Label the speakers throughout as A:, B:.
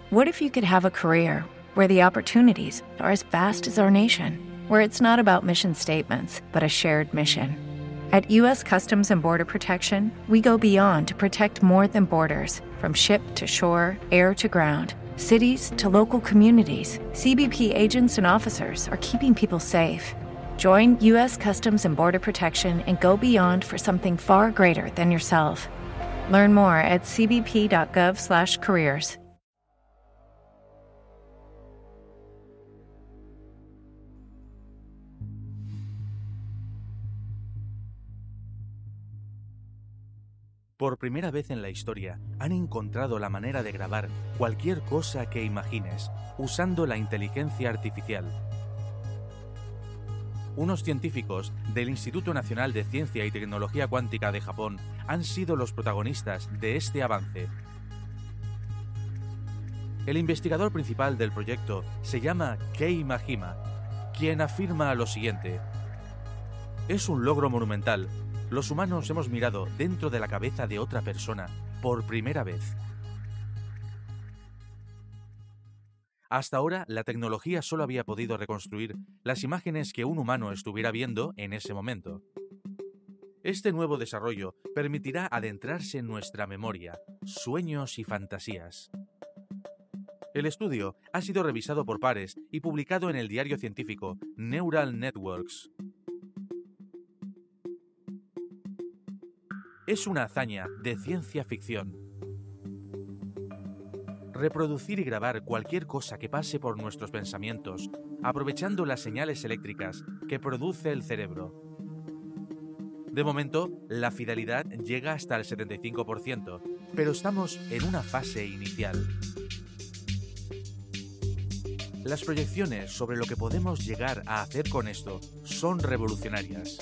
A: What if you could have a career where the opportunities are as vast as our nation, where it's not about mission statements, but a shared mission? At U.S. Customs and Border Protection, we go beyond to protect more than borders. From ship to shore, air to ground, cities to local communities, CBP agents and officers are keeping people safe. Join U.S. Customs and Border Protection and go beyond for something far greater than yourself. Learn more at cbp.gov/careers.
B: Por primera vez en la historia, han encontrado la manera de grabar cualquier cosa que imagines, usando la inteligencia artificial. Unos científicos del Instituto Nacional de Ciencia y Tecnología Cuántica de Japón han sido los protagonistas de este avance. El investigador principal del proyecto se llama Kei Majima, quien afirma lo siguiente: «Es un logro monumental. Los humanos hemos mirado dentro de la cabeza de otra persona por primera vez». Hasta ahora, la tecnología solo había podido reconstruir las imágenes que un humano estuviera viendo en ese momento. Este nuevo desarrollo permitirá adentrarse en nuestra memoria, sueños y fantasías. El estudio ha sido revisado por pares y publicado en el diario científico Neural Networks. Es una hazaña de ciencia ficción. Reproducir y grabar cualquier cosa que pase por nuestros pensamientos, aprovechando las señales eléctricas que produce el cerebro. De momento, la fidelidad llega hasta el 75%, pero estamos en una fase inicial. Las proyecciones sobre lo que podemos llegar a hacer con esto son revolucionarias.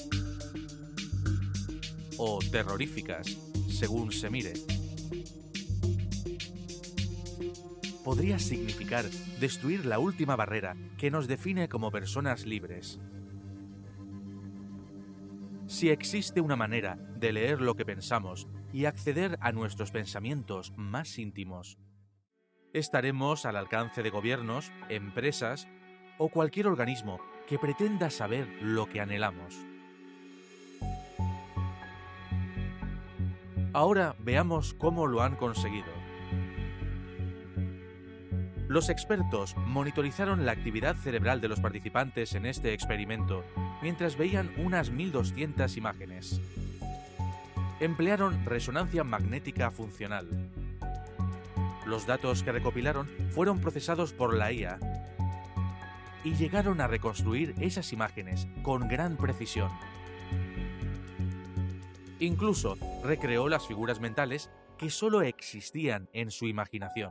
B: O terroríficas, según se mire. Podría significar destruir la última barrera que nos define como personas libres. Si existe una manera de leer lo que pensamos y acceder a nuestros pensamientos más íntimos, estaremos al alcance de gobiernos, empresas o cualquier organismo que pretenda saber lo que anhelamos. Ahora veamos cómo lo han conseguido. Los expertos monitorizaron la actividad cerebral de los participantes en este experimento mientras veían unas 1200 imágenes. Emplearon resonancia magnética funcional. Los datos que recopilaron fueron procesados por la IA y llegaron a reconstruir esas imágenes con gran precisión. Incluso recreó las figuras mentales que solo existían en su imaginación.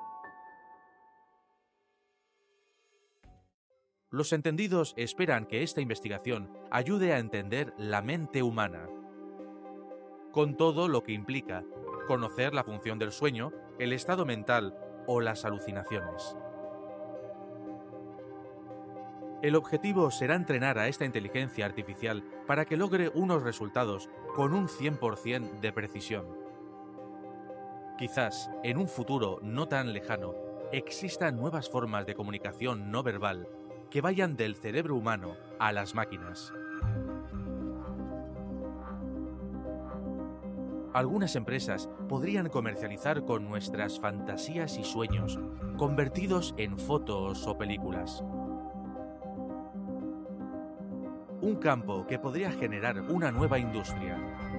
B: Los entendidos esperan que esta investigación ayude a entender la mente humana, con todo lo que implica conocer la función del sueño, el estado mental o las alucinaciones. El objetivo será entrenar a esta inteligencia artificial para que logre unos resultados con un 100% de precisión. Quizás, en un futuro no tan lejano, existan nuevas formas de comunicación no verbal que vayan del cerebro humano a las máquinas. Algunas empresas podrían comercializar con nuestras fantasías y sueños, convertidos en fotos o películas. Un campo que podría generar una nueva industria.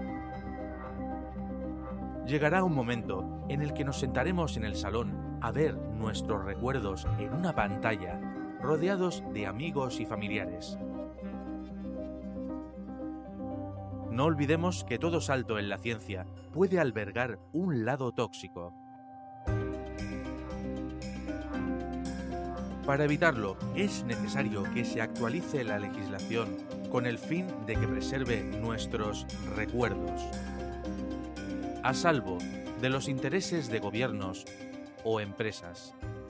B: Llegará un momento en el que nos sentaremos en el salón a ver nuestros recuerdos en una pantalla, rodeados de amigos y familiares. No olvidemos que todo salto en la ciencia puede albergar un lado tóxico. Para evitarlo, es necesario que se actualice la legislación con el fin de que preserve nuestros recuerdos, a salvo de los intereses de gobiernos o empresas.